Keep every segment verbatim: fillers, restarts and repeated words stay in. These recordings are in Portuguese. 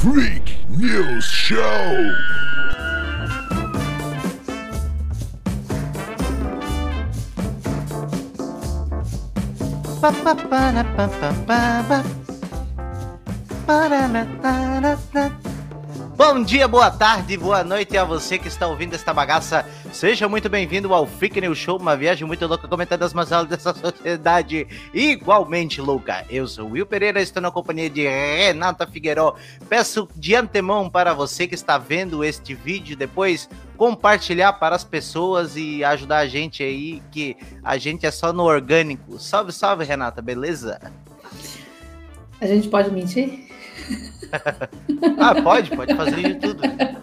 Freak News Show. Bom dia, boa tarde, boa noite a você que está ouvindo esta bagaça. Seja muito bem-vindo ao Freak News Show, uma viagem muito louca comentando as mazelas dessa sociedade igualmente louca. Eu sou o Will Pereira, estou na companhia de Renata Figueiró. Peço de antemão para você que está vendo este vídeo depois compartilhar para as pessoas e ajudar a gente aí, que a gente é só no orgânico. Salve, salve, Renata, beleza? A gente pode mentir? Ah, pode, pode fazer de tudo.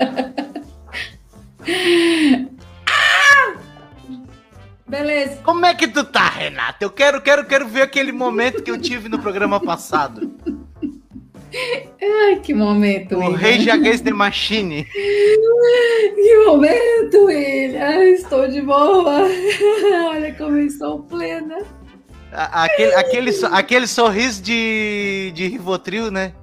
Ah! Beleza. Como é que tu tá, Renata? Eu quero, quero, quero ver aquele momento que eu tive no programa passado. Ai, que momento, O William. Rage Against the Machine. Que momento, William. Ai, estou de boa. Olha como eu estou plena. A- Aquele, aquele, so- aquele sorriso de, de Rivotril, né?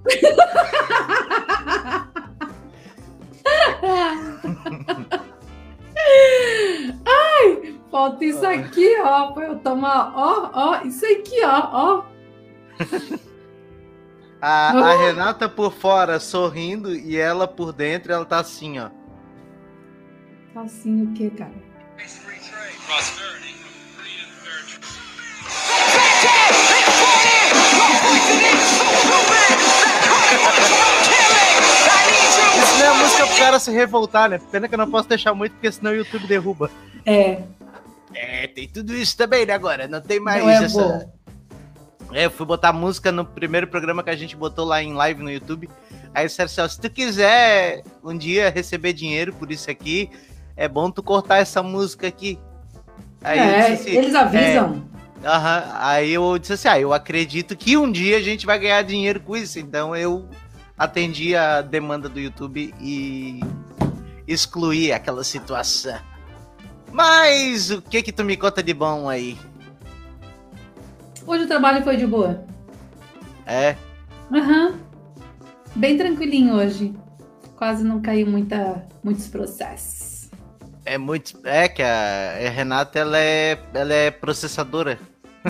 Ai, falta isso aqui, ó, pra eu tomar, ó, ó, isso aqui, ó, ó. A, a Oh. Renata por fora sorrindo e ela por dentro, ela tá assim, ó. Assim o que, cara? Prosperity, freedom, fair trade. Isso não é música pro cara se revoltar, né? Pena que eu não posso deixar muito, porque senão o YouTube derruba. É, É, tem tudo isso também, né, agora? Não tem mais não é essa... bom. É, eu fui botar música no primeiro programa que a gente botou lá em live no YouTube. Aí disseram assim, ó, se tu quiser um dia receber dinheiro por isso aqui, é bom tu cortar essa música aqui. Aí eu É, disse assim, eles avisam. é, aham. Aí eu disse assim, ah, eu acredito que um dia a gente vai ganhar dinheiro com isso. Então eu atendi a demanda do YouTube e excluí aquela situação. Mas o que que tu me conta de bom aí? Hoje o trabalho foi de boa. É? Aham. Bem tranquilinho hoje. Quase não caiu muita, muitos processos. É muito. É que a, a Renata ela é, ela é processadora.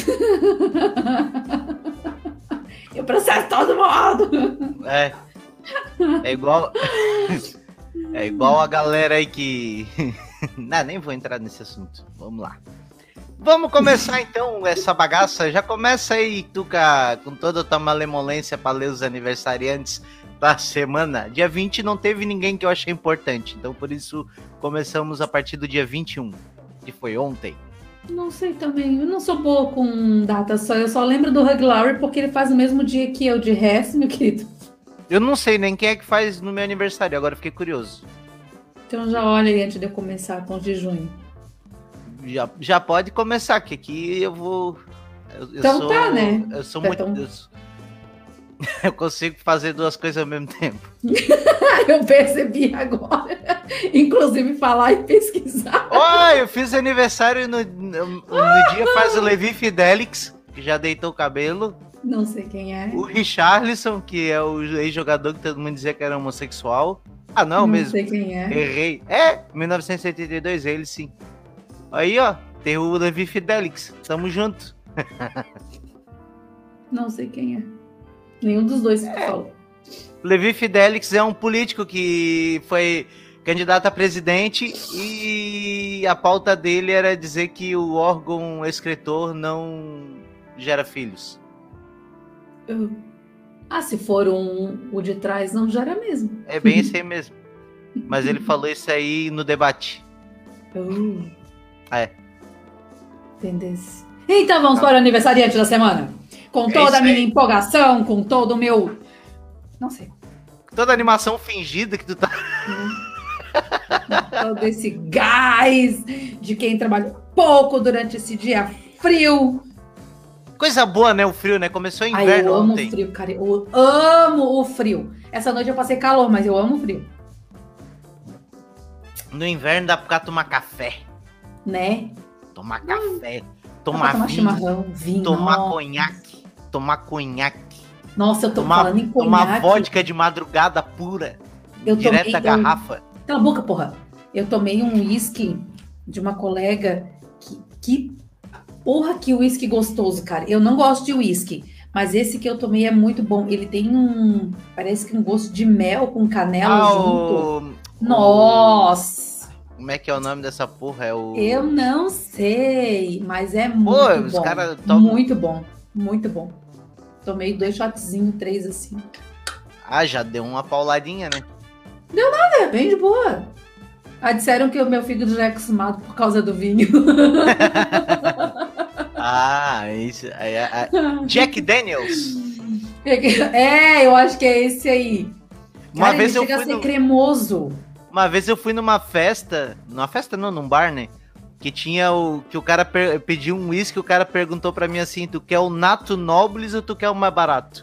Eu processo todo mundo. É. É igual. É igual a galera aí que. Não, nem vou entrar nesse assunto. Vamos lá. Vamos começar então essa bagaça. Já começa aí, Tuca, com toda a tua malemolência para ler os aniversariantes da semana. Dia vinte não teve ninguém que eu achei importante. Então por isso começamos a partir do dia vinte e um, que foi ontem. Não sei também. Eu não sou boa com data só. Eu só lembro do Hug Laurie porque ele faz o mesmo dia que eu. De resto, meu querido. Eu não sei nem quem é que faz no meu aniversário, agora eu fiquei curioso. Então já olha aí antes de eu começar com os de junho. Já, já pode começar, que aqui eu vou. Eu, eu Então sou, tá, né? Eu sou Tá muito. tão- Eu, sou- eu consigo fazer duas coisas ao mesmo tempo. Eu percebi agora. Inclusive falar e pesquisar. Ó, eu fiz aniversário no, no, no dia faz o Levi Fidelix, que já deitou o cabelo. Não sei quem é. O Richarlison, que é o ex-jogador que todo mundo dizia que era homossexual. Ah, não, Não mesmo. sei quem é. Errei. É, mil novecentos e oitenta e dois, ele sim. Aí, ó, tem o Levi Fidelix. Tamo junto. Não sei quem é. Nenhum dos dois que tu falou. Levi Fidelix é um político que foi candidato a presidente e a pauta dele era dizer que o órgão excretor não gera filhos. Eu- Ah, se for um, o de trás, não já era mesmo. É bem esse aí mesmo. Mas ele falou isso aí no debate. Oh. É. Entendesse. Então vamos para o aniversariante da semana. Com É toda isso a minha aí. empolgação, com todo o meu... Não sei. Toda a animação fingida que tu tá... Todo esse gás de quem trabalhou pouco durante esse dia frio. Coisa boa, né? O frio, né? Começou Ai, inverno eu amo ontem. o frio, cara. Eu amo o frio. Essa noite eu passei calor, mas eu amo o frio. No inverno dá pra tomar café. Né? Tomar café. Dá pra Tomar tomar vinho. chimarrão, vinho. Tomar nossa. conhaque. Tomar conhaque. Nossa, eu tô Uma, falando em uma conhaque. vodka de madrugada pura, Eu direto tomei, da eu- garrafa. Cala a boca, porra. Eu tomei um uísque de uma colega que, que porra que uísque gostoso, cara. Eu não gosto de uísque, mas esse que eu tomei é muito bom. Ele tem um, parece que um gosto de mel com canela Ah, junto. o, Nossa, como é que é o nome dessa porra? É o... eu não sei, mas é muito os bom. cara tomam- Muito bom, muito bom. Tomei dois shotzinhos, três assim. Ah, já deu uma pauladinha, né? É, bem de boa. Ah, disseram que o meu fígado já é acostumado por causa do vinho. Ah, isso. É, é, é. Jack Daniels. É, eu acho que é esse aí. Uma Cara, vez ele eu chega fui a ser no- cremoso. Uma vez eu fui numa festa, numa festa não, num bar, né? Que tinha o. Que o cara per- pediu um uísque, o cara perguntou pra mim assim: tu quer o Nato Nobles ou tu quer o mais barato?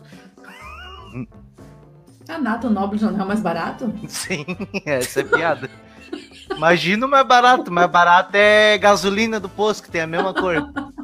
A Nato Nobre não é o mais barato? Sim, essa é piada. Imagina o mais barato. O mais barato é gasolina do posto, que tem a mesma cor.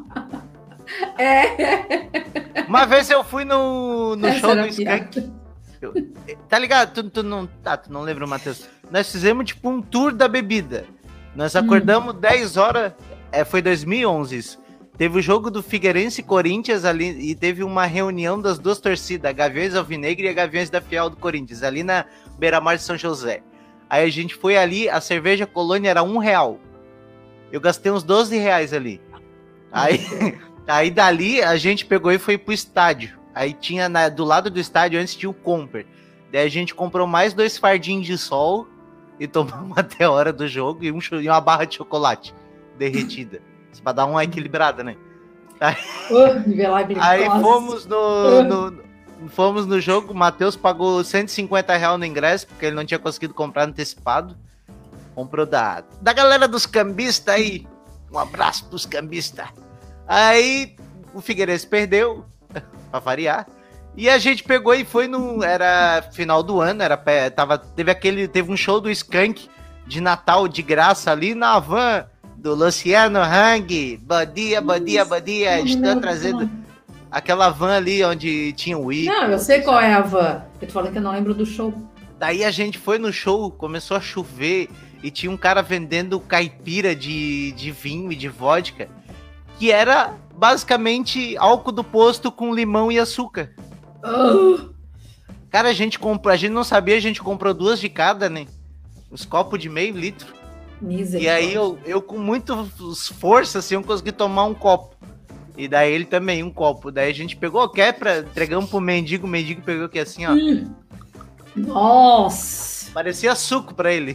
É. Uma vez eu fui no, no Essa show era do a Skank. piada. Eu- tá ligado? Tu, tu não, tá, tu não lembra, Matheus? Nós fizemos tipo um tour da bebida. Nós acordamos dez horas. É, foi dois mil e onze isso. Teve o jogo do Figueirense e Corinthians ali e teve uma reunião das duas torcidas, a Gaviões Alvinegra e a Gaviões da Fiel do Corinthians, ali na beira-mar de São José. Aí a gente foi ali, a cerveja Colônia era um real. Eu gastei uns doze reais ali. Aí, aí dali a gente pegou e foi pro estádio. Aí tinha na- do lado do estádio antes tinha o Comper. Daí a gente comprou mais dois fardinhos de sol e tomamos até a hora do jogo e, um, cho- e uma barra de chocolate derretida. Pra dar uma equilibrada, né? Oh, nivelar e Aí glicose. fomos no, no- fomos no jogo, o Matheus pagou cento e cinquenta reais no ingresso, porque ele não tinha conseguido comprar antecipado. Comprou da, da galera dos cambistas aí. Um abraço pros cambistas. Aí o Figueirense perdeu, pra variar. E a gente pegou e foi no. Era final do ano, era, pé- tava, teve aquele. Teve um show do Skank de Natal de graça ali na van do Luciano Hang. Bom dia, bom dia, bom dia. Não Estou lembro trazendo do nome. aquela van ali onde tinha o Wii. Não, eu sei qual é a van. Eu tô falando que eu não lembro do show. Daí a gente foi no show, começou a chover e tinha um cara vendendo caipira de, de vinho e de vodka, que era basicamente álcool do posto com limão e açúcar. Oh, Cara, a gente comprou, a gente não sabia, a gente comprou duas de cada, né? Os copos de meio litro. E aí eu, eu com muito esforço, assim, eu consegui tomar um copo. E daí ele também, um copo. Daí a gente pegou, quer pra entregamos pro mendigo, o mendigo pegou aqui assim, ó. Hum. Nossa! Parecia suco pra ele.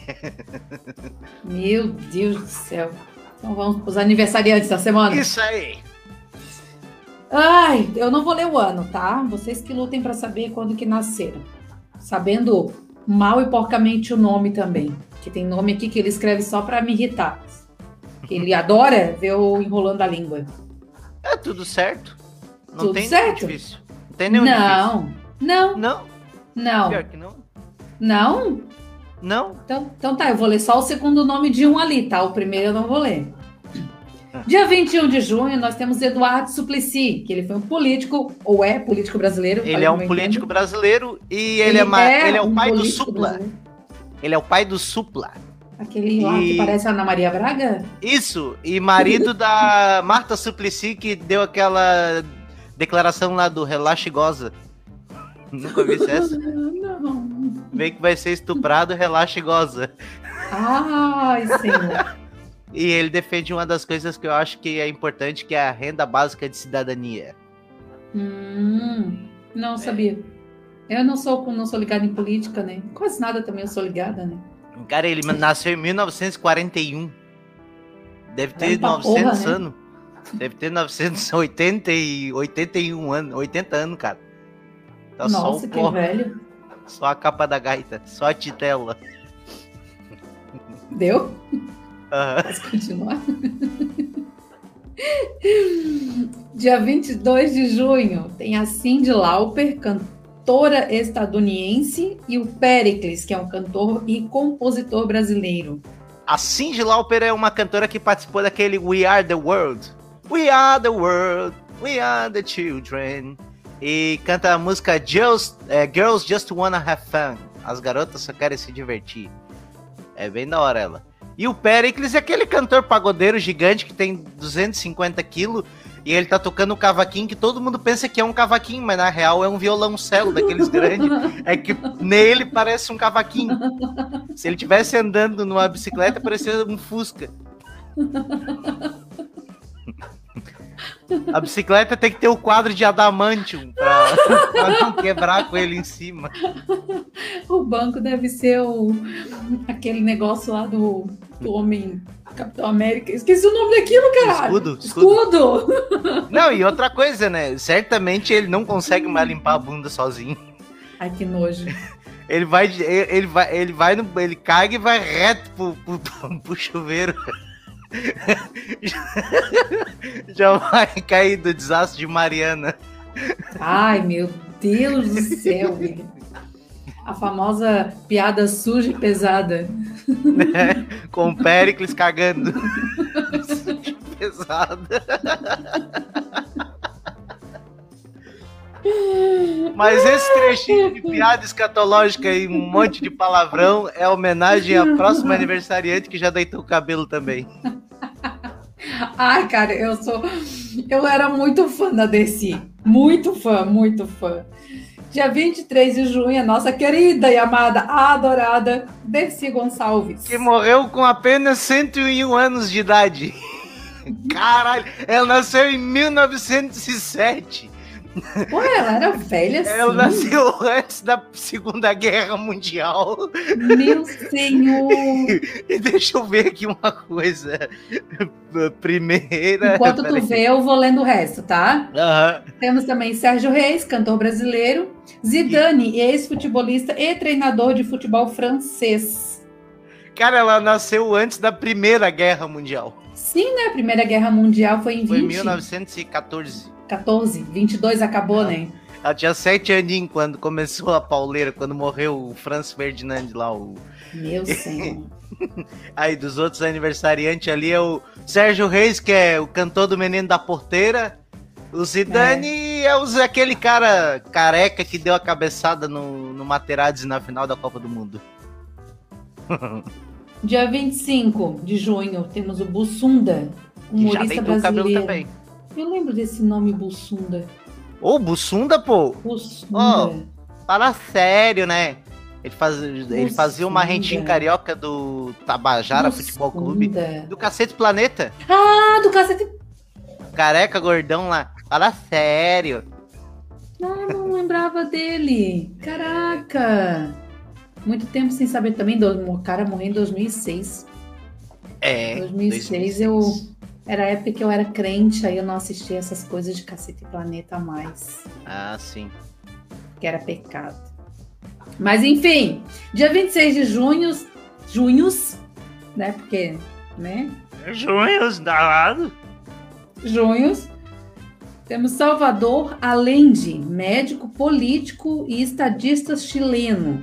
Meu Deus do céu. Então vamos pros aniversariantes da semana. Isso aí. Ai, eu não vou ler o ano, tá? Vocês que lutem pra saber quando que nasceram. Sabendo mal e porcamente o nome também. Que tem nome aqui que ele escreve só pra me irritar. Que ele adora ver eu enrolando a língua. É tudo certo. Não Tudo tem certo? nenhum difícil. Não tem nenhum difícil. Não, não, Não, não, pior que não. não. Não. Então, então tá, eu vou ler só o segundo nome de um ali, tá? O primeiro eu não vou ler. Dia vinte e um de junho, nós temos Eduardo Suplicy, que ele foi um político, ou é político brasileiro. Ele falei é como um eu político entendo. brasileiro e ele, é, ma- ele é o um pai do político Supla. brasileiro. Ele é o pai do Supla. Aquele lá que E- parece a Ana Maria Braga? Isso, e marido da Marta Suplicy, que deu aquela declaração lá do Relaxa e Goza. Nunca ouvi essa. Não. Vem que vai ser estuprado, relaxa e goza. Ai, senhor. E ele defende uma das coisas que eu acho que é importante, que é a renda básica de cidadania. Hum, não sabia. Eu não sou, não sou ligada em política, né? Quase nada também eu sou ligada, né? Cara, ele nasceu em mil novecentos e quarenta e um. Deve ter Velho pra novecentos porra, né? anos. Deve ter novecentos e oitenta e oitenta e um anos. oitenta anos, cara. Tá só Nossa, o que pó, velho. só a capa da gaita, só a titela. Deu? Aham. Posso continuar? Dia vinte e dois de junho tem a Cyndi Lauper, cantora estadunidense, e o Péricles, que é um cantor e compositor brasileiro. A Cyndi Lauper é uma cantora que participou daquele We Are The World. We are the world, we are the children. e canta a música Just, é, Girls Just Wanna Have Fun. As garotas só querem se divertir. É bem da hora ela. E o Pericles é aquele cantor pagodeiro gigante que tem duzentos e cinquenta quilos e ele tá tocando um cavaquinho que todo mundo pensa que é um cavaquinho, mas na real é um violoncelo daqueles grandes. É que nele parece um cavaquinho. Se ele estivesse andando numa bicicleta, parecia um Fusca. A bicicleta tem que ter o quadro de adamantium pra, pra não quebrar com ele em cima. O banco deve ser o, aquele negócio lá do, do homem Capitão América. Esqueci o nome daquilo, caralho. Escudo, escudo. Escudo. Não, e outra coisa, né? Certamente ele não consegue mais limpar a bunda sozinho. Ai, que nojo. Ele vai, ele, ele vai, ele vai no, ele caga e vai reto pro, pro, pro, pro chuveiro. Já vai cair do desastre de Mariana. Ai, meu Deus do céu, William. A famosa piada suja e pesada. É, com o Pericles cagando. Suja e pesada. Mas esse trechinho de piada escatológica e um monte de palavrão é homenagem à próxima aniversariante que já deitou o cabelo também. Ai, cara, eu sou. Eu era muito fã da D C. Muito fã, muito fã. Dia vinte e três de junho, a nossa querida e amada, adorada Dercy Gonçalves. Que morreu com apenas cento e um anos de idade. Caralho, ela nasceu em mil novecentos e sete. Pô, ela era velha assim. Ela nasceu antes da Segunda Guerra Mundial. Meu senhor. E deixa eu ver aqui uma coisa. Primeira... Enquanto tu vê, eu vou lendo o resto, tá? Uhum. Temos também Sérgio Reis, cantor brasileiro. Zidane, ex-futebolista e treinador de futebol francês. Cara, ela nasceu antes da Primeira Guerra Mundial. Sim, né? A Primeira Guerra Mundial foi em Foi em vinte... mil novecentos e catorze. catorze, vinte e dois acabou, Ah. né? Ela tinha sete aninhos quando começou a pauleira, quando morreu o Franz Ferdinand lá. O... Meu senhor. Aí, dos outros aniversariantes ali é o Sérgio Reis, que é o cantor do Menino da Porteira. O Zidane é, é o, aquele cara careca que deu a cabeçada no, no Materazzi na final da Copa do Mundo. Dia vinte e cinco de junho, temos o Bussunda, Que já humorista deitou o cabelo brasileiro. também. Eu lembro desse nome, Bussunda. Ô, Bussunda, pô! Bussunda. Ó, fala sério, né? Ele, faz, ele fazia uma Bussunda. rentinho carioca do Tabajara Futebol Clube. Bussunda. Do Cacete Planeta. Ah, do Cacete... Careca, gordão lá. Fala sério. Ah, não lembrava dele. Caraca. Muito tempo sem saber também. Do... O cara morreu em dois mil e seis. É. dois mil e seis eu... Era a época que eu era crente, aí eu não assistia essas coisas de Cacete Planeta mais. Ah, sim. Que era pecado. Mas enfim, dia vinte e seis de junho, junhos, né? Porque, né? Junhos da lado. Junhos. Temos Salvador Allende, médico, político e estadista chileno.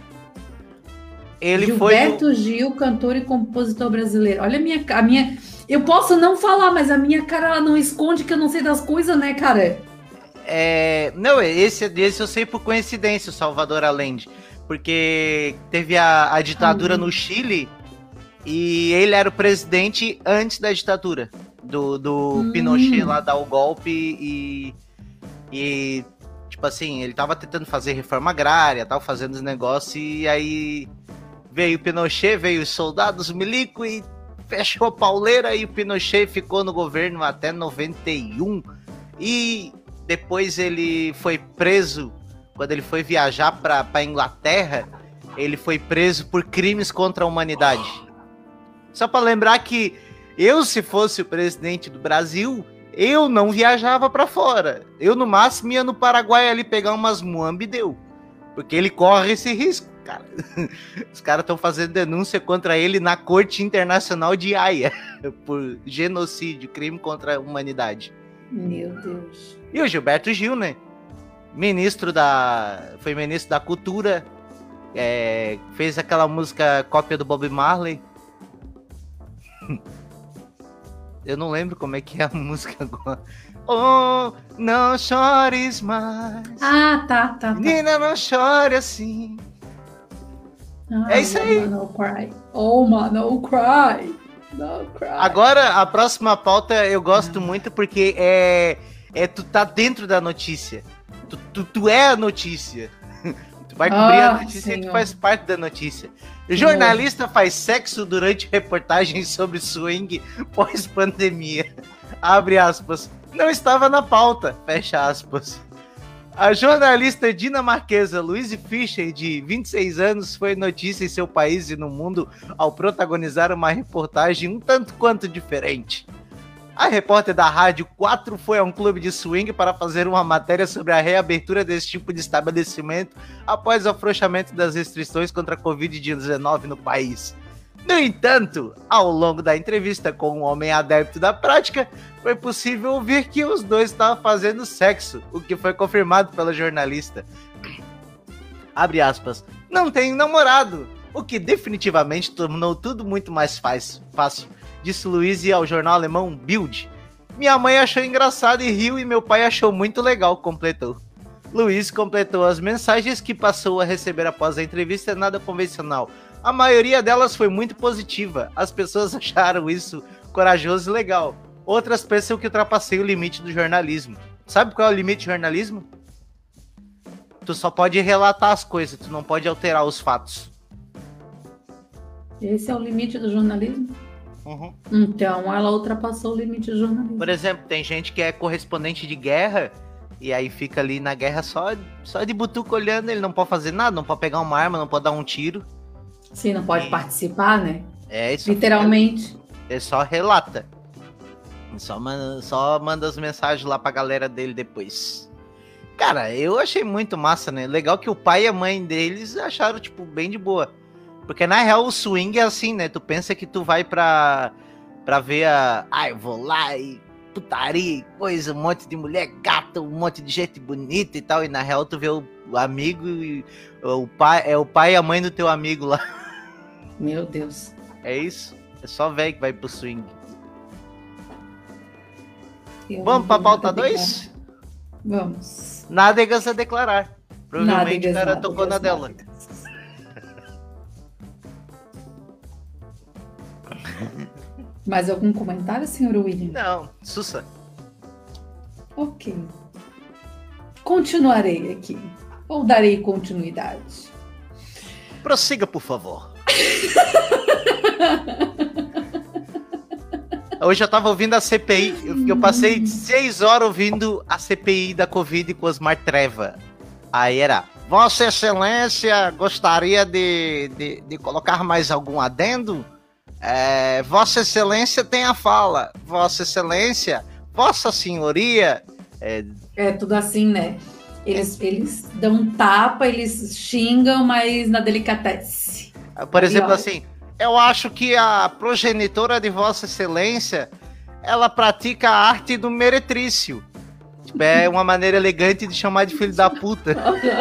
Ele Gilberto foi. Gil, cantor e compositor brasileiro. Olha a minha, a minha. Eu posso não falar, mas a minha cara ela não esconde que eu não sei das coisas, né, cara? É... Não, esse, esse eu sei por coincidência, o Salvador Allende. Porque teve a, a ditadura Ah. no Chile e ele era o presidente antes da ditadura. Do, do Hum. Pinochet lá dar o golpe e. E. Tipo assim, ele tava tentando fazer reforma agrária, tava fazendo os negócios e aí veio o Pinochet, veio os soldados milico e fechou a pauleira e o Pinochet ficou no governo até noventa e um e depois ele foi preso, quando ele foi viajar para a Inglaterra, ele foi preso por crimes contra a humanidade. Só para lembrar que eu, se fosse o presidente do Brasil, eu não viajava para fora. Eu, no máximo, ia no Paraguai ali pegar umas muamba e deu. Porque ele corre esse risco, cara. Os caras estão fazendo denúncia contra ele na Corte Internacional de Haia por genocídio, crime contra a humanidade. Meu Deus. E o Gilberto Gil, né? Ministro da... Foi ministro da Cultura. É... Fez aquela música cópia do Bob Marley. Eu não lembro como é que é a música agora. Oh, não chores mais. Ah, tá, tá, tá. Menina, não chore assim. Ah, É isso aí. Mama, no cry. Oh, mano, no cry. No cry. Agora, a próxima pauta eu gosto muito porque é, é tu tá dentro da notícia. Tu, tu, tu é a notícia. Tu vai cobrir Ah, a notícia e tu Senhor. faz parte da notícia. Jornalista faz sexo durante reportagem sobre swing pós-pandemia. Abre aspas. Não estava na pauta. Fecha aspas. A jornalista dinamarquesa Louise Fischer, de vinte e seis anos, foi notícia em seu país e no mundo ao protagonizar uma reportagem um tanto quanto diferente. A repórter da Rádio quatro foi a um clube de swing para fazer uma matéria sobre a reabertura desse tipo de estabelecimento após o afrouxamento das restrições contra a covid dezenove no país. No entanto, ao longo da entrevista com um homem adepto da prática, foi possível ouvir que os dois estavam fazendo sexo, o que foi confirmado pela jornalista. Abre aspas. Não tenho namorado, o que definitivamente tornou tudo muito mais fácil, fácil, disse Louise ao jornal alemão Bild. Minha mãe achou engraçado e riu e meu pai achou muito legal, completou. Louise completou as mensagens que passou a receber após a entrevista nada convencional. A maioria delas foi muito positiva. As pessoas acharam isso corajoso e legal. Outras pensam que ultrapassei o limite do jornalismo. Sabe qual é o limite do jornalismo? Tu só pode relatar as coisas, tu não pode alterar os fatos. Esse é o limite do jornalismo? Uhum. Então, ela ultrapassou o limite do jornalismo. Por exemplo, tem gente que é correspondente de guerra e aí fica ali na guerra só, só de butuco olhando, ele não pode fazer nada, não pode pegar uma arma, não pode dar um tiro. Sim, não pode E- participar, né? É isso. Literalmente. Ele só relata. Só manda, só manda as mensagens lá pra galera dele depois. Cara, eu achei muito massa, né? Legal que o pai e a mãe deles acharam, tipo, bem de boa. Porque na real o swing é assim, né? Tu pensa que tu vai pra, pra ver a... Ah, eu vou lá e putaria, e coisa, um monte de mulher gata, um monte de gente bonita e tal. E na real tu vê o, o amigo e o pai, é o pai e a mãe do teu amigo lá. Meu Deus. É isso. É só velho que vai pro swing. Eu Vamos não pra vi pauta nada dois? declarado. Vamos. Nádegas a declarar. Provavelmente Nádegas, o cara nádegas, tocou na dela. nádegas. Mais algum comentário, senhor William? Não, Sussa. Ok. Continuarei aqui. Ou darei continuidade. Prossiga, por favor. Hoje eu tava ouvindo a C P I. Eu, eu passei seis horas ouvindo a C P I da Covid com Osmar Treva. Aí era: Vossa Excelência gostaria de, de, de colocar mais algum adendo? É, Vossa Excelência tem a fala. Vossa Excelência, Vossa Senhoria. É, É tudo assim, né? Eles, eles dão um tapa, eles xingam, mas na delicatesse. por exemplo, olha. assim, eu acho que a progenitora de Vossa Excelência, ela pratica a arte do meretrício. Tipo, é uma maneira elegante de chamar de filho da puta.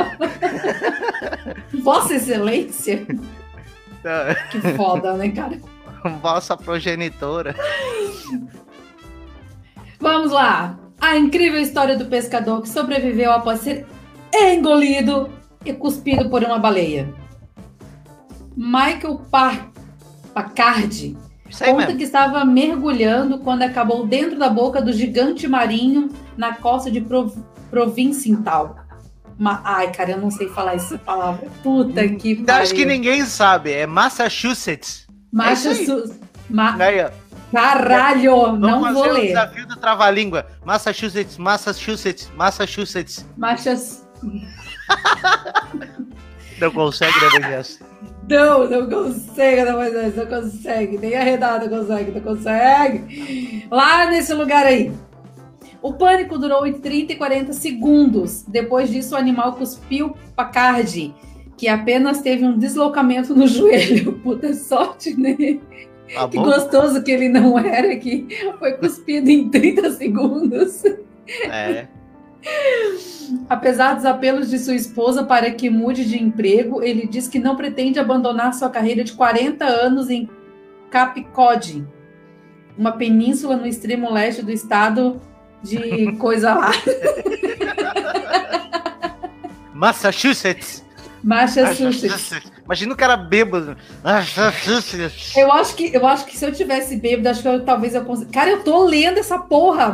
Vossa Excelência? Que foda, né, cara? Vossa progenitora. Vamos lá. A incrível história do pescador que sobreviveu após ser engolido e cuspido por uma baleia. Michael Par Pacardi Isso aí conta mesmo. que estava mergulhando quando acabou dentro da boca do gigante marinho na costa de Prov Provincial. Ma Ai, cara, eu não sei falar essa palavra. Puta que Ainda acho que pariu. ninguém sabe. É Massachusetts. Macho é isso su- Ma Aí, ó. Caralho, Vamos não fazer vou o ler. desafio do trava-língua. Massachusetts, Massachusetts, Massachusetts. Machas. Não consegue, né, Begues? Não, não consegue, não, mas não consegue. Nem a Renata consegue, não consegue. Lá nesse lugar aí. O pânico durou entre trinta e quarenta segundos. Depois disso, o animal cuspiu Pacardi, que apenas teve um deslocamento no joelho. Puta sorte, né? Tá Que bom? gostoso que ele não era, que foi cuspido em trinta segundos. É. Apesar dos apelos de sua esposa para que mude de emprego, ele diz que não pretende abandonar sua carreira de quarenta anos em Cape Cod, uma península no extremo leste do estado de coisa lá. Massachusetts. Massachusetts. Imagina o cara bêbado. Massachusetts. Eu acho que, eu acho que se eu tivesse bêbado, acho que eu, talvez eu consiga. Cara, eu tô lendo essa porra.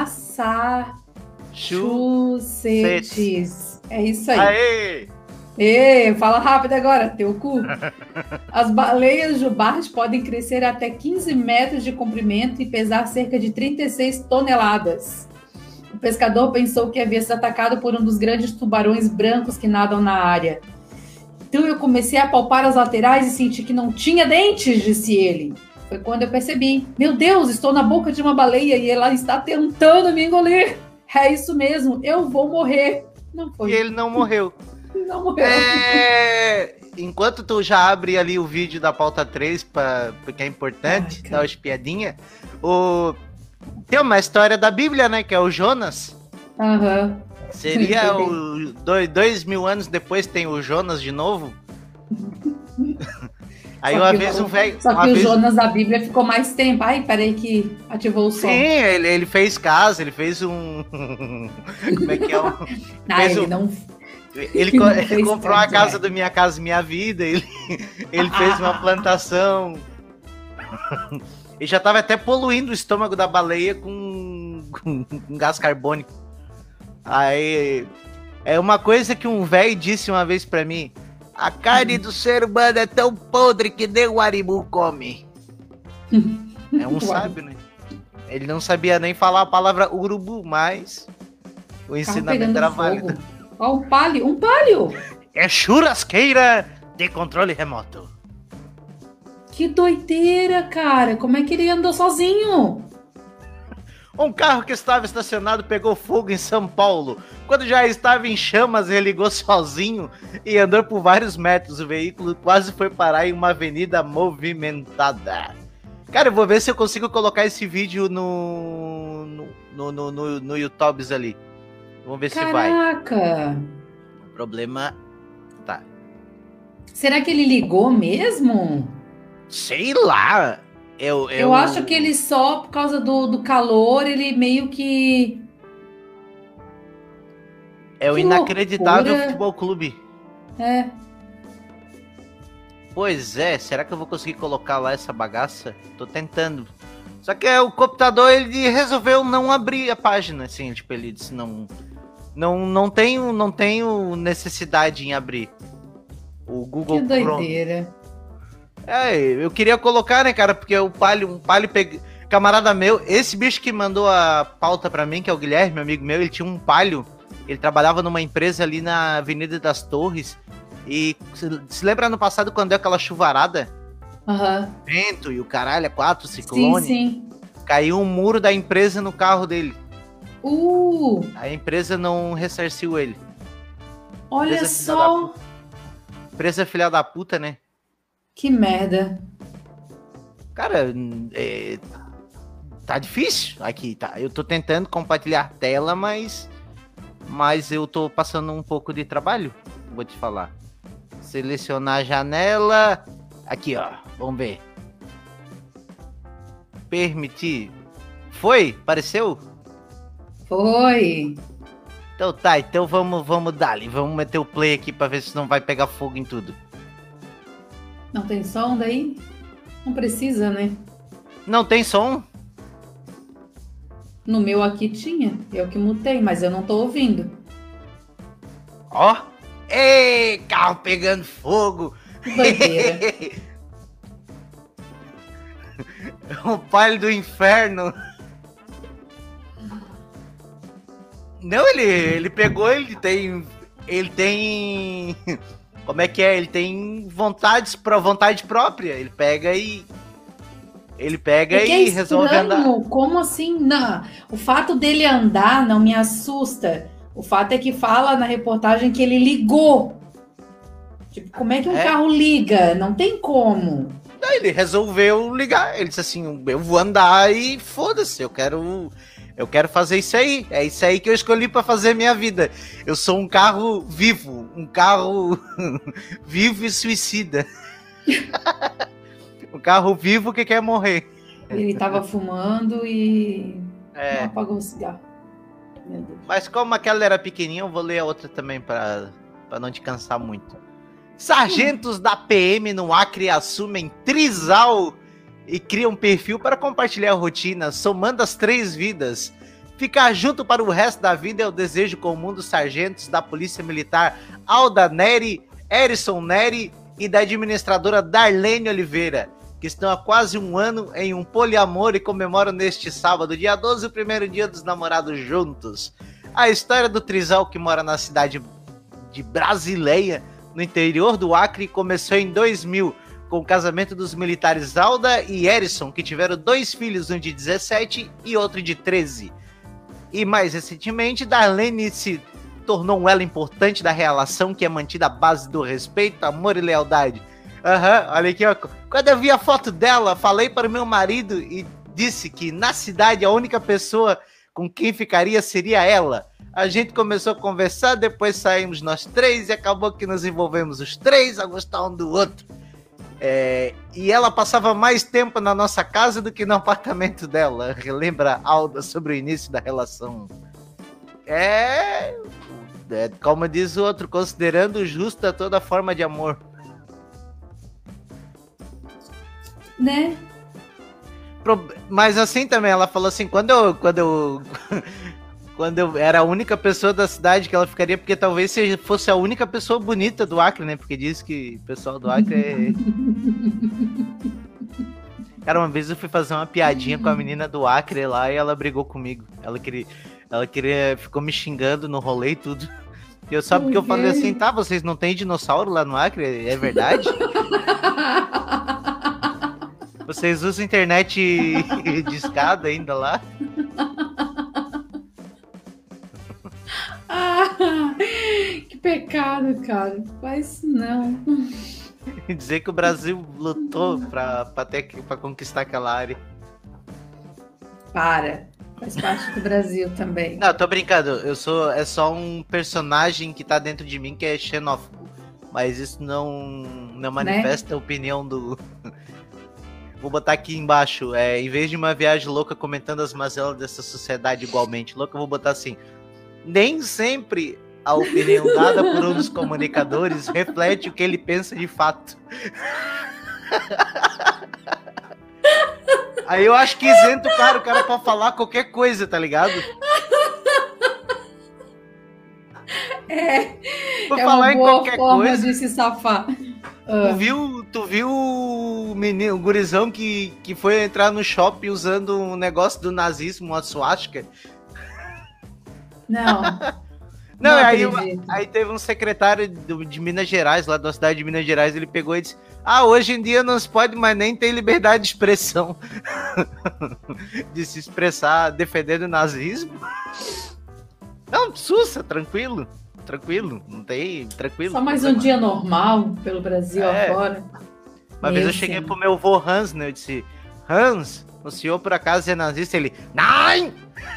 Massachusetts. É isso aí. Aê! Ê, fala rápido agora, teu cu. As baleias jubares podem crescer até quinze metros de comprimento e pesar cerca de trinta e seis toneladas. O pescador pensou que havia sido atacado por um dos grandes tubarões brancos que nadam na área. Então eu comecei a palpar as laterais e senti que não tinha dentes, disse ele. Foi quando eu percebi. Meu Deus, estou na boca de uma baleia e ela está tentando me engolir. É isso mesmo, eu vou morrer. Não foi. E ele não morreu. Não morreu. É... Enquanto tu já abre ali o vídeo da pauta três, pra... porque é importante, Ai, dar uma espiadinha, o... tem uma história da Bíblia, né, que é o Jonas. Aham. Seria Sim, o dois, dois mil anos depois tem o Jonas de novo. Aí Só uma que vez o- um velho. Só uma que o vez- Jonas da Bíblia ficou mais tempo. Ai, peraí que ativou o som. Sim, ele, ele fez casa, ele fez um. Como é que é? Um... Ah, fez ele um- não... Ele, co- Não ele fez comprou a tanto, casa é. do Minha Casa Minha Vida, ele, ele fez uma plantação. E já tava até poluindo o estômago da baleia com, com, com gás carbônico. Aí é uma coisa que um velho disse uma vez pra mim: a carne do ser humano é tão podre que nem o aribu come. É um sábio, né? Ele não sabia nem falar a palavra urubu, mas o Carro ensinamento pegando era fogo. válido. Ó, um palio, um palio! É churrasqueira de controle remoto. Que doideira, cara. Como é que ele andou sozinho? Um carro que estava estacionado pegou fogo em São Paulo. Quando já estava em chamas, ele ligou sozinho e andou por vários metros. O veículo quase foi parar em uma avenida movimentada. Cara, eu vou ver se eu consigo colocar esse vídeo no no, no, no, no YouTube ali. Vamos ver se vai. Caraca! O problema tá. Será que ele ligou mesmo? Sei lá. Eu, eu... Eu acho que ele só, por causa do, do calor, ele meio que... É o Que Inacreditável loucura. Futebol Clube. É. Pois é, será que eu vou conseguir colocar lá essa bagaça? Tô tentando. Só que é, o computador, ele resolveu não abrir a página, assim, tipo, ele disse, não... Não, não, tenho, não tenho necessidade em abrir o Google Que Chrome. doideira. É, eu queria colocar, né, cara, porque o Palio, um Palio peg... camarada meu, esse bicho que mandou a pauta pra mim, que é o Guilherme, meu amigo meu, ele tinha um Palio, ele trabalhava numa empresa ali na Avenida das Torres, e se, se lembra no passado quando deu aquela chuvarada? Aham. Vento e o caralho, é quatro, Sim, ciclone, sim. caiu um muro da empresa no carro dele, Uh, a empresa não ressarciu ele. olha Empresa filha só. Empresa filha da puta, né? Que merda. Cara, é, tá difícil aqui, tá? Eu tô tentando compartilhar tela, mas, mas eu tô passando um pouco de trabalho, vou te falar. Selecionar a janela. Aqui, ó. Vamos ver. Permitir. Foi? Apareceu? Foi. Então tá, então vamos, vamos dar ali. Vamos meter o play aqui pra ver se não vai pegar fogo em tudo. Não tem som daí? Não precisa, né? Não tem som? No meu aqui tinha. Eu que mutei, mas eu não tô ouvindo. Ó. Ei, carro pegando fogo. Que doideira. O Palio do Inferno. Não, ele, ele pegou, ele tem. Ele tem. Como é que é? Ele tem vontades pra vontade própria. Ele pega e. Ele pega Porque é e resolve andar. estranho, como assim? Não. O fato dele andar não me assusta. O fato é que fala na reportagem que ele ligou. Tipo, como é que um É? carro liga? Não tem como. Daí ele resolveu ligar. Ele disse assim: eu vou andar e foda-se, eu quero. Eu quero fazer isso aí. É isso aí que eu escolhi pra fazer minha vida. Eu sou um carro vivo. Um carro vivo e suicida. Um carro vivo que quer morrer. Ele tava fumando e não É. apagou o cigarro. Meu Deus. Mas como aquela era pequenininha, eu vou ler a outra também pra, pra não te cansar muito. Sargentos da P M no Acre assumem trisal e criam perfil para compartilhar rotina, somando as três vidas. Ficar junto para o resto da vida é o desejo comum dos sargentos da Polícia Militar Alda Neri, Erison Neri e da administradora Darlene Oliveira, que estão há quase um ano em um poliamor e comemoram neste sábado, dia doze, o primeiro dia dos namorados juntos. A história do trisal que mora na cidade de Brasileia, no interior do Acre, começou em dois mil, com o casamento dos militares Alda e Erison, que tiveram dois filhos, um de dezessete e outro de treze. E mais recentemente, Darlene se tornou um elo importante da relação que é mantida à base do respeito, amor e lealdade. Aham, uhum, olha aqui, ó. Quando eu vi a foto dela, falei para o meu marido e disse que na cidade a única pessoa com quem ficaria seria ela. A gente começou a conversar, depois saímos nós três e acabou que nos envolvemos os três a gostar um do outro. É, e ela passava mais tempo na nossa casa do que no apartamento dela. Relembra Alda sobre o início da relação. É, é como diz o outro, considerando justa toda forma de amor. Né? Mas assim também, ela falou assim, quando eu, quando eu, quando eu era a única pessoa da cidade que ela ficaria, porque talvez seja, fosse a única pessoa bonita do Acre, né? Porque diz que o pessoal do Acre é... Cara, uma vez eu fui fazer uma piadinha com a menina do Acre lá e ela brigou comigo. Ela queria, ela queria, ficou me xingando no rolê e tudo. E eu só porque eu falei assim, tá, vocês não tem dinossauro lá no Acre? É verdade? Vocês usam internet de escada ainda lá? Ah, que pecado, cara. Faz não. Dizer que o Brasil lutou pra, pra, ter, pra conquistar aquela área. Para. Faz parte do Brasil também. Não, tô brincando. Eu sou, é só um personagem que tá dentro de mim que é xenófobo. Mas isso não, não manifesta, né, a opinião do... Vou botar aqui embaixo, é, em vez de uma viagem louca comentando as mazelas dessa sociedade igualmente louca, eu vou botar assim, nem sempre a opinião dada por um dos comunicadores reflete o que ele pensa de fato. Aí eu acho que isenta o cara, o cara pode falar qualquer coisa, tá ligado? É, Por é falar uma em boa qualquer forma coisa, de se safar. Tu viu, tu viu o menino, o gurizão que, que foi entrar no shopping usando um negócio do nazismo, uma suástica? Não. Não, não aí, aí teve um secretário do, de Minas Gerais, lá da cidade de Minas Gerais, ele pegou e disse, ah, hoje em dia não se pode mais nem ter liberdade de expressão. De se expressar defendendo o nazismo. Não, sussa, tranquilo. Tranquilo, não tem, tranquilo. Só mais um dia normal pelo Brasil é. afora. Uma Meu vez eu cheguei sim. pro meu avô Hans, né? Eu disse, Hans, o senhor por acaso é nazista? Ele, não!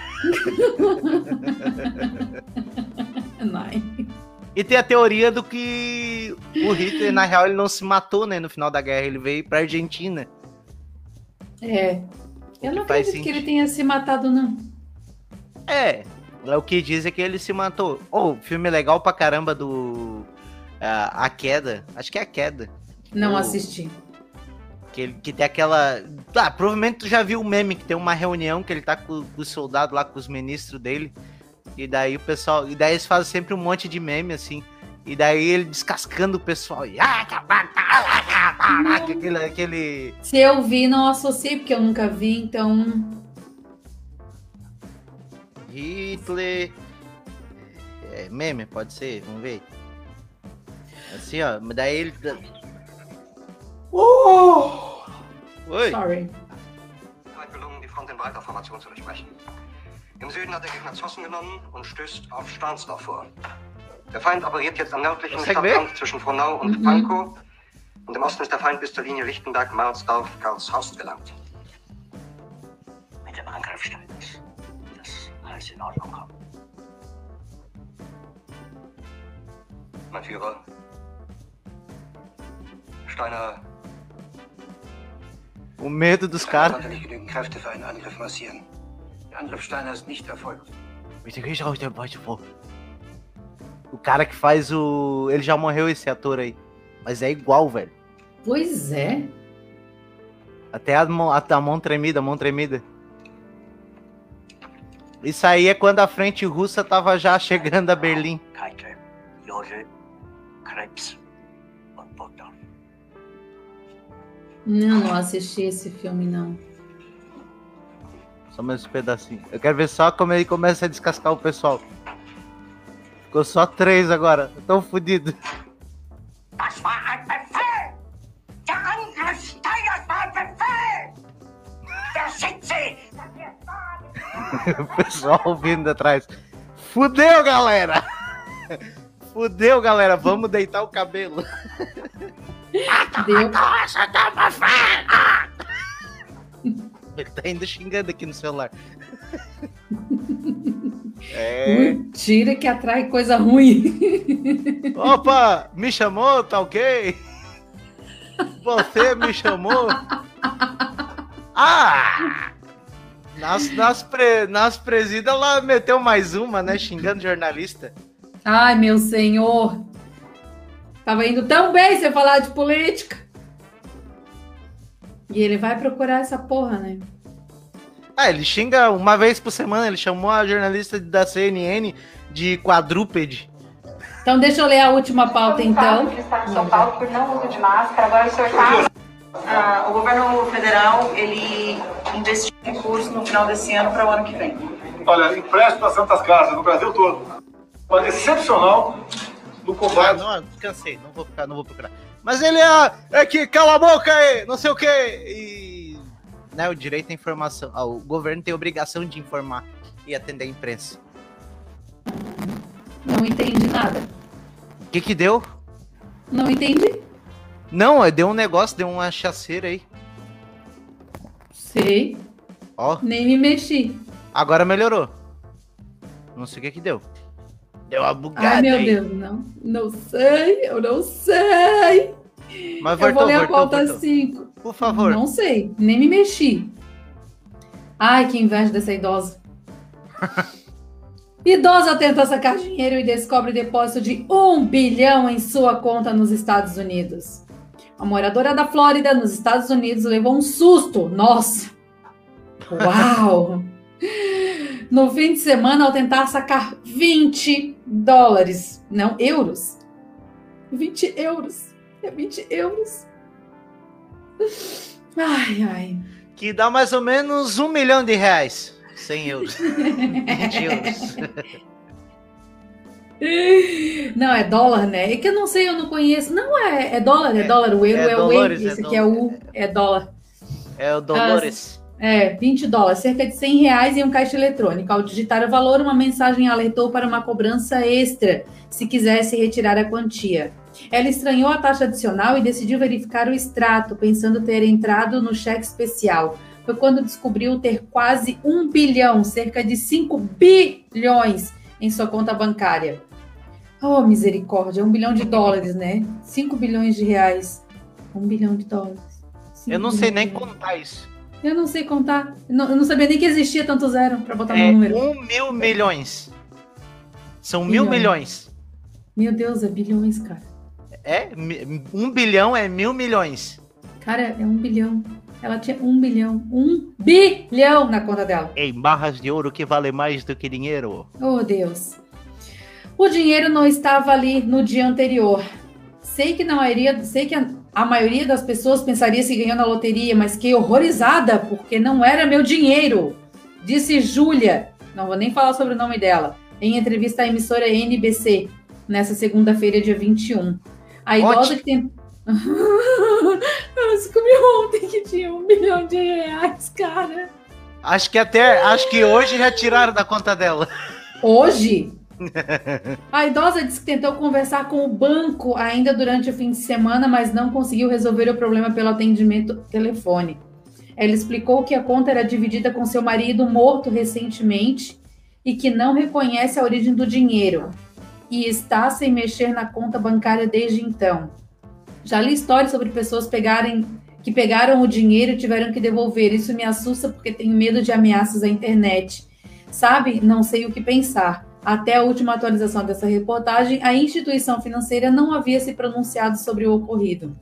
Não. E tem a teoria do que o Hitler, na real, ele não se matou, né? No final da guerra, ele veio pra Argentina. É. Eu não acredito que ele tenha se matado, não. É. O que diz é que ele se matou. Oh, filme legal pra caramba do... Uh, A Queda. Acho que é A Queda. Não oh, assisti. Que, que tem aquela... Ah, provavelmente tu já viu o meme, que tem uma reunião que ele tá com, com os soldados lá, com os ministros dele. E daí o pessoal... E daí eles fazem sempre um monte de meme, assim. E daí ele descascando o pessoal. E... Aquele, aquele... Se eu vi, não associei, porque eu nunca vi, então... Hitler... É, meme, pode ser, vamos ver. Assim, ó, mas daí ele... Oh! Oi. Sorry. Gelungen, die Front in breiter Formation zu durchbrechen. Im Süden hat der Gegner Zossen genommen und stößt auf Stahnsdorf vor. Der Feind operiert jetzt am nördlichen Stadtrand zwischen Frohnau und Mhm. Pankow. Und im Osten ist der Feind bis zur Linie Lichtenberg-Marsdorf, Karlshorst gelangt. Mit dem Angriff stimmt es. Das alles in Ordnung kommt. Mein Führer, Steiner O medo dos caras. konnte nicht genügend Kräfte für einen Angriff massieren. Der Angriff Steiner ist nicht erfolgt. O cara que faz o... Ele já morreu, esse ator aí. Mas é igual, velho. Pois é. Até a mão, a, a mão tremida, a mão tremida. Isso aí é quando a frente russa tava já chegando a Berlim. Keitel, Lose, Krebs und Burgdorf. Não, não assisti esse filme, não. Só mais um pedacinho. Eu quero ver só como ele começa a descascar o pessoal. Ficou só três agora. Eu tô fudido. Das war ein Befehl! Der Angriff steigert mein Befehl! Der Schütze! O pessoal ouvindo atrás. Fudeu, galera! Fudeu, galera. Vamos deitar o cabelo. Deu. Ele tá ainda xingando aqui no celular. É. Mentira que atrai coisa ruim. Opa, me chamou, tá ok? Você me chamou? Ah! Nas, nas, pre, nas presídios ela meteu mais uma, né? Xingando jornalista. Ai, meu senhor. Tava indo tão bem você falar de política. E ele vai procurar essa porra, né? Ah, ele xinga uma vez por semana. Ele chamou a jornalista da C N N de quadrúpede. Então deixa eu ler a última pauta, então. Do Estado de São Paulo por não uso de máscara. Agora o senhor tá... Ah, o governo federal, ele investiu em recursos no final desse ano para o ano que vem. Olha, empréstimo das Santas Casas no Brasil todo. Mas excepcional no Ah, combate. não, cansei, não vou ficar, não vou procurar. Mas ele é, é que cala a boca aí, não sei o que. E né, o direito à informação. Ah, o governo tem a obrigação de informar e atender a imprensa. Não entendi nada. O que que deu? Não entendi? Não, deu um negócio, deu uma chaceira aí. Sei. Ó, Nem me mexi. agora melhorou. Não sei o que que deu. Deu uma bugada Ai, meu aí. Deus, não. Não sei, eu não sei. Mas eu vou voltou, ler a voltou, pauta voltou. cinco. Por favor. Não sei, nem me mexi. Ai, que inveja dessa idosa. Idosa tenta sacar dinheiro e descobre depósito de um bilhão em sua conta nos Estados Unidos. A moradora da Flórida, nos Estados Unidos, levou um susto. Nossa! Uau! No fim de semana, ao tentar sacar vinte dólares, não euros. vinte euros. É vinte euros. Ai, ai. Que dá mais ou menos um milhão de reais. cem euros. vinte euros. Não, é dólar, né? É que eu não sei, eu não conheço. Não, é, é dólar, é, É, dólar. O euro é é, Dolores, o E. é Esse aqui é o U, é dólar. É o Dolores. É, vinte dólares, cerca de cem reais em um caixa eletrônico. Ao digitar o valor, uma mensagem alertou para uma cobrança extra, se quisesse retirar a quantia. Ela estranhou a taxa adicional e decidiu verificar o extrato, pensando ter entrado no cheque especial. Foi quando descobriu ter quase um bilhão, cerca de cinco bilhões em sua conta bancária. Oh, misericórdia, um bilhão de dólares, né? cinco bilhões de reais. Um bilhão de dólares. Eu não sei nem como. contar isso. Eu não sei contar. Eu não, eu não sabia nem que existia tanto zero para botar É no número. um mil milhões. São mil Bilhões. milhões. Meu Deus, é bilhões, cara. É, mi- um bilhão é mil milhões. Cara, é um bilhão. Ela tinha um bilhão. Um bilhão na conta dela. Em barras de ouro que vale mais do que dinheiro. Oh, Deus. O dinheiro não estava ali no dia anterior. Sei que na maioria, sei que a, a maioria das pessoas pensaria se ganhou na loteria, mas fiquei horrorizada porque não era meu dinheiro. Disse Júlia, não vou nem falar sobre o nome dela, em entrevista à emissora N B C, nessa segunda-feira, dia vinte e um. A idosa Ótimo. que tem... Ela descobriu ontem que tinha um milhão de reais, cara. Acho que até, acho que hoje já tiraram da conta dela. Hoje? A idosa disse que tentou conversar com o banco ainda durante o fim de semana, mas não conseguiu resolver o problema pelo atendimento telefone. Ela explicou que a conta era dividida com seu marido morto recentemente e que não reconhece a origem do dinheiro e está sem mexer na conta bancária desde então. Já li histórias sobre pessoas pegarem, que pegaram o dinheiro e tiveram que devolver. Isso me assusta porque tenho medo de ameaças à internet. sabe? Não sei o que pensar. Até a última atualização dessa reportagem, a instituição financeira não havia se pronunciado sobre o ocorrido.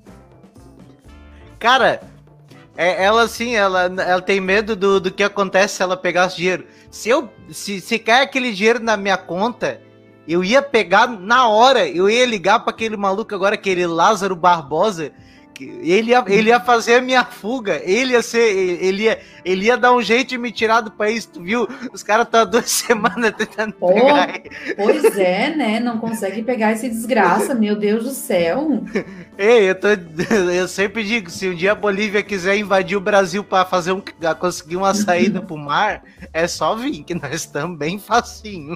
Cara, é, ela assim, ela, ela tem medo do, do que acontece se ela pegar esse dinheiro. Se, eu, se, se cai aquele dinheiro na minha conta, eu ia pegar na hora, eu ia ligar para aquele maluco agora, aquele Lázaro Barbosa, que ele ia, ele ia fazer a minha fuga, ele ia ser, ele ia, ele ia dar um jeito de me tirar do país, tu viu? Os caras estão há duas semanas tentando oh, pegar. Pois é, né? Não consegue pegar esse desgraça, meu Deus do céu. Ei, eu, tô, eu sempre digo, se um dia a Bolívia quiser invadir o Brasil para fazer um, conseguir uma saída pro mar, é só vir, que nós estamos bem facinho.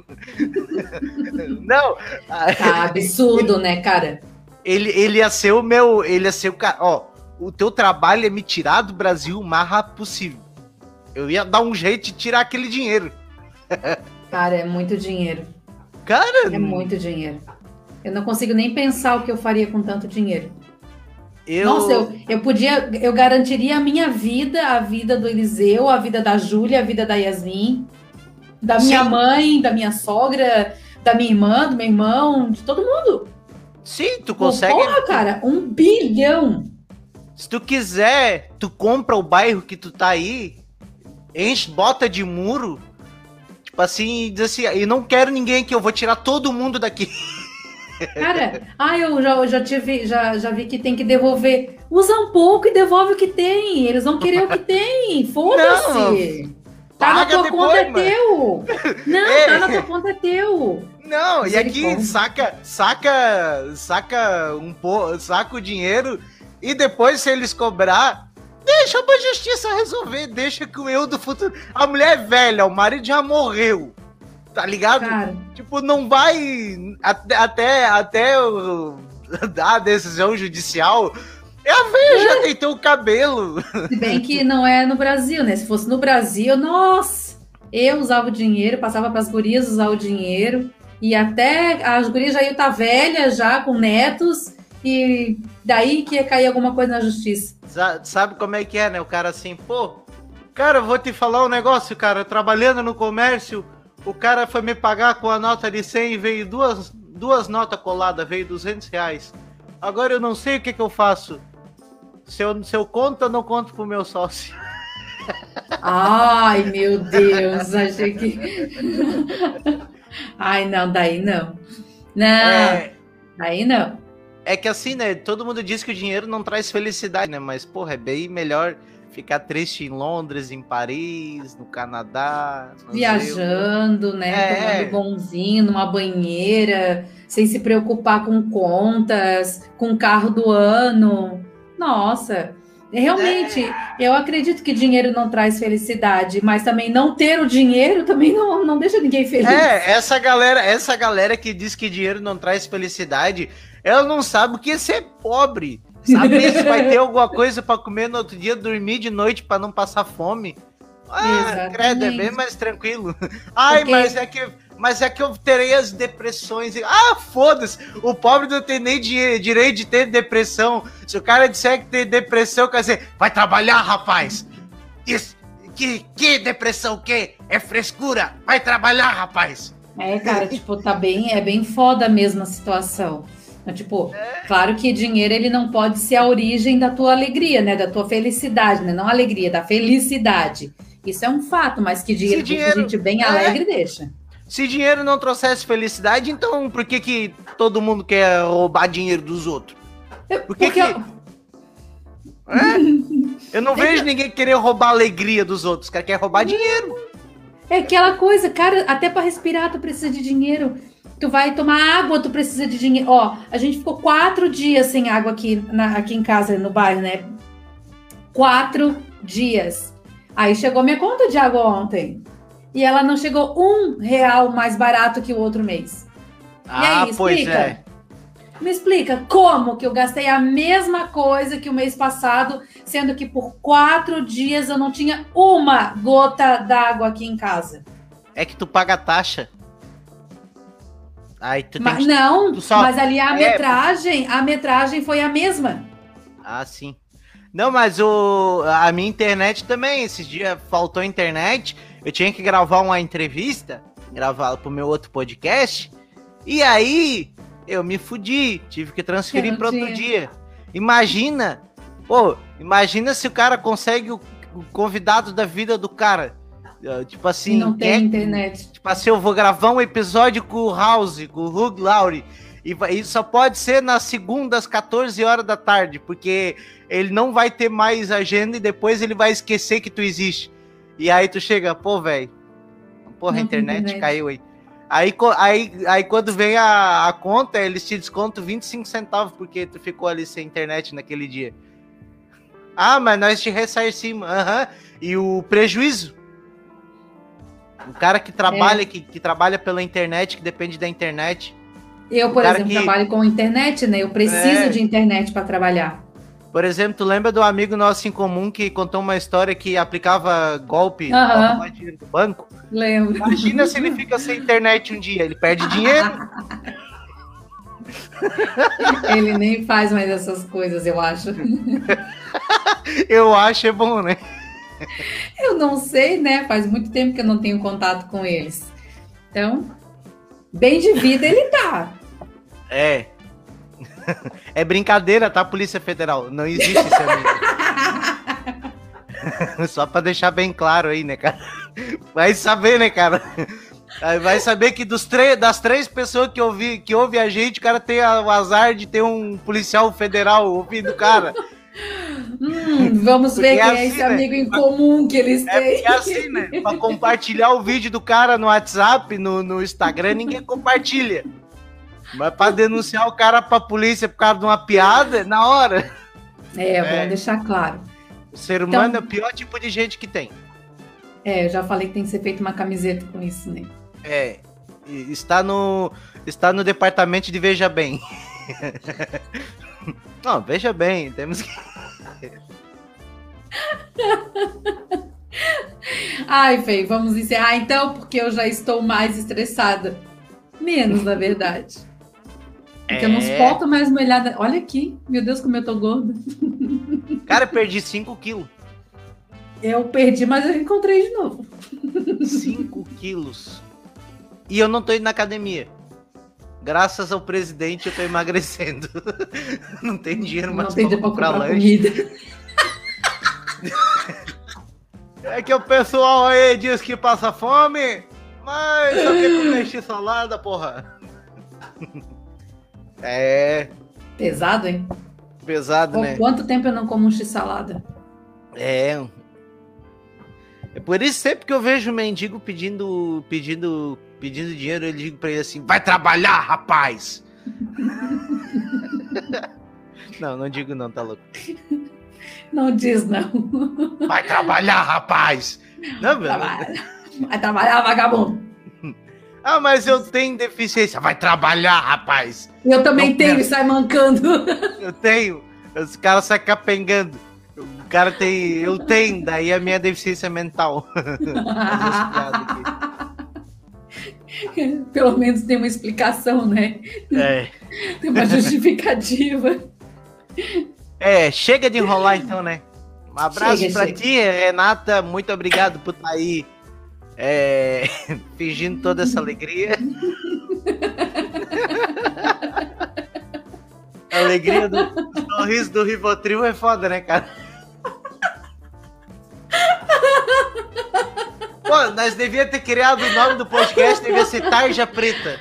Não. Tá absurdo, né, cara? Ele, ele ia ser o meu, ele ia ser o cara, ó, o teu trabalho é me tirar do Brasil o mais rápido possível. Eu ia dar um jeito de tirar aquele dinheiro. Cara, é muito dinheiro. Cara, é muito dinheiro. Eu não consigo nem pensar o que eu faria com tanto dinheiro. Eu... Nossa, eu, eu podia, eu garantiria a minha vida, a vida do Eliseu, a vida da Júlia, a vida da Yasmin, da minha Sim. mãe, da minha sogra, da minha irmã, do meu irmão, de todo mundo. Sim, tu consegue... Porra, cara, um bilhão. Se tu quiser, tu compra o bairro que tu tá aí, enche, bota de muro, tipo assim, e diz assim, eu não quero ninguém aqui, eu vou tirar todo mundo daqui. Cara, ah, eu já, eu já, tive, já, já vi que tem que devolver. Usa um pouco e devolve o que tem. Eles vão querer o que tem. Foda-se. Tá na tua depois, conta, mano. É teu. Não, é. Tá na tua conta, é teu. Não, e aqui saca, saca, saca um pouco, saca o dinheiro e depois se eles cobrar, deixa pra justiça resolver, deixa que o eu do futuro... A mulher é velha, o marido já morreu. Tá ligado? Cara. Tipo, não vai até, até, até o, a decisão judicial. É a velha, já deitou o cabelo. Se bem que não é no Brasil, né? Se fosse no Brasil, nossa, eu usava o dinheiro, passava pras gurias usar o dinheiro. E até as gurias já iam estar velhas, já com netos. E daí que ia cair alguma coisa na justiça. Sabe como é que é, né? O cara assim, pô, cara, vou te falar um negócio, cara. Trabalhando no comércio... O cara foi me pagar com a nota de cem e veio duas, duas notas coladas, veio duzentos reais. Agora eu não sei o que que eu faço. Se eu, se eu conto, eu não conto pro meu sócio. Ai, meu Deus, achei que... Ai, não, daí não. Não, é... daí não. É que assim, né, todo mundo diz que o dinheiro não traz felicidade, né? Mas, porra, é bem melhor... Ficar triste em Londres, em Paris, no Canadá. Viajando, né? É. Tomando bonzinho, numa banheira, sem se preocupar com contas, com o carro do ano. Nossa, realmente, é. eu acredito que dinheiro não traz felicidade, mas também não ter o dinheiro também não, não deixa ninguém feliz. É, essa galera, essa galera que diz que dinheiro não traz felicidade, ela não sabe o que é ser pobre. Saber se vai ter alguma coisa pra comer no outro dia, dormir de noite pra não passar fome. Ah, credo, é bem mais tranquilo. Ai, Porque... mas, é que, mas é que eu terei as depressões. Ah, foda-se, o pobre não tem nem di- direito de ter depressão. Se o cara disser que tem depressão, quer dizer, vai trabalhar, rapaz. Isso, que, que depressão, o quê? É frescura, vai trabalhar, rapaz. É, cara, tipo, tá bem, é bem foda mesmo a situação. Tipo, claro que dinheiro ele não pode ser a origem da tua alegria, né? Da tua felicidade, né? Não alegria, da felicidade. Isso é um fato, mas que dinheiro, dinheiro deixa a gente bem é, alegre, deixa. Se dinheiro não trouxesse felicidade, então por que que todo mundo quer roubar dinheiro dos outros? Por que Porque... que... É? Eu não vejo ninguém querer roubar a alegria dos outros, cara quer roubar dinheiro. É aquela coisa, cara, até para respirar tu precisa de dinheiro. Tu vai tomar água, tu precisa de dinheiro. Ó, a gente ficou quatro dias sem água aqui, na, aqui em casa, no bairro, né? Quatro dias. Aí chegou minha conta de água ontem. E ela não chegou um real mais barato que o outro mês. Ah, e aí, pois explica? é. Me explica como que eu gastei a mesma coisa que o mês passado, sendo que por quatro dias eu não tinha uma gota d'água aqui em casa. É que tu paga a taxa. Aí tu mas, tem que... Não, só... mas ali a é, metragem, a metragem foi a mesma. Ah, sim. Não, mas o, a minha internet também, esses dias faltou internet, eu tinha que gravar uma entrevista, gravar pro meu outro podcast, e aí eu me fudi, tive que transferir para outro dia. Imagina, pô, imagina se o cara consegue o, o convidado da vida do cara, tipo assim... Não tem é, internet. Tipo assim, eu vou gravar um episódio com o House, com o Hugh Laurie, e, vai, e só pode ser na segunda às quatorze horas da tarde, porque ele não vai ter mais agenda e depois ele vai esquecer que tu existe. E aí tu chega, pô, velho, porra, a internet, internet caiu aí. Aí, aí. aí quando vem a, a conta, eles te descontam vinte e cinco centavos porque tu ficou ali sem internet naquele dia. Ah, mas nós te ressarcimos. Aham. Uhum. E o prejuízo? O cara que trabalha, é. que, que trabalha pela internet, que depende da internet. Eu, por exemplo, que... trabalho com internet, né? Eu preciso é. de internet para trabalhar. Por exemplo, tu lembra do amigo nosso em comum que contou uma história que aplicava golpe uhum. no dinheiro do banco? Lembro. Imagina se ele fica sem internet um dia, ele perde dinheiro. Ele nem faz mais essas coisas, eu acho. Eu acho é bom, né? Eu não sei, né? Faz muito tempo que eu não tenho contato com eles. Então, bem de vida ele tá. É. É brincadeira, tá, Polícia Federal? Não existe isso, amigo. Só pra deixar bem claro aí, né, cara? Vai saber, né, cara? Vai saber que dos das três pessoas que ouvi, que ouve a gente, o cara tem o azar de ter um policial federal ouvindo o cara. Hum, vamos Porque ver quem é, assim, é esse né? amigo em comum que eles têm. É assim, né? Pra compartilhar o vídeo do cara no WhatsApp, no, no Instagram, ninguém compartilha. Mas pra denunciar o cara pra polícia por causa de uma piada, na hora. É, vamos é. deixar claro. O ser humano então, é o pior tipo de gente que tem. É, eu já falei que tem que ser feita uma camiseta com isso, né? É, está no, está no departamento de Veja Bem. Não, veja bem, temos que... Ai, Fê, vamos encerrar então, porque eu já estou mais estressada. Menos, na verdade. Porque é... eu não suporto mais molhada. Olha aqui, meu Deus, como eu tô gorda. Cara, eu perdi cinco quilos. Eu perdi, mas eu encontrei de novo. cinco quilos. E eu não tô indo na academia. Graças ao presidente, eu tô emagrecendo. Não tem dinheiro mais pra comprar, comprar lanche. Comida. É que o pessoal aí diz que passa fome, mas só quer comer x-salada, porra. É... Pesado, hein? Pesado, Pô, né? Quanto tempo eu não como um x-salada? É... É por isso sempre que eu vejo o mendigo pedindo, pedindo, pedindo dinheiro, eu digo pra ele assim, vai trabalhar, rapaz! Não, não digo não, tá louco. Não diz não. Vai trabalhar, rapaz! Não, meu. Vai trabalhar, vagabundo! Ah, mas eu tenho deficiência. Vai trabalhar, rapaz! Eu também não tenho quero. E sai mancando. Eu tenho. Os caras saem capengando. O cara tem... Eu tenho, daí a minha deficiência mental. Pelo menos tem uma explicação, né? É. Tem uma justificativa. É, chega de enrolar então, né? Um abraço chega, pra chega. ti, Renata. Muito obrigado por estar aí é, fingindo toda essa alegria. A alegria do sorriso do Rivotril é foda, né, cara? Pô, nós devíamos ter criado o nome do podcast, devia ser Tarja Preta.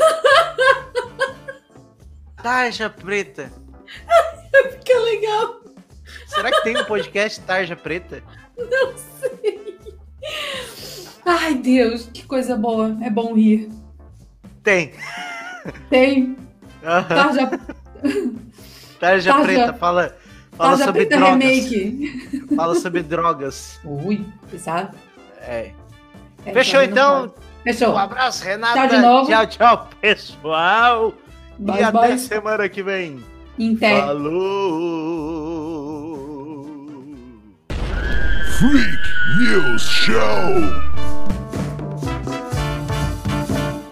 Tarja Preta. Fica legal. Será que tem um podcast Tarja Preta? Não sei. Ai, Deus, que coisa boa. É bom rir. Tem. Tem. Uhum. Tarja... Tarja, Tarja Preta, fala, fala Tarja sobre Preta drogas. Remake. Fala sobre drogas. Ui, pesado. É. É, Fechou então? Fechou. Um abraço, Renata. Tchau de novo. Tchau, tchau, pessoal. Bye, e até bye. semana que vem. Inter. Falou. Freak News Show.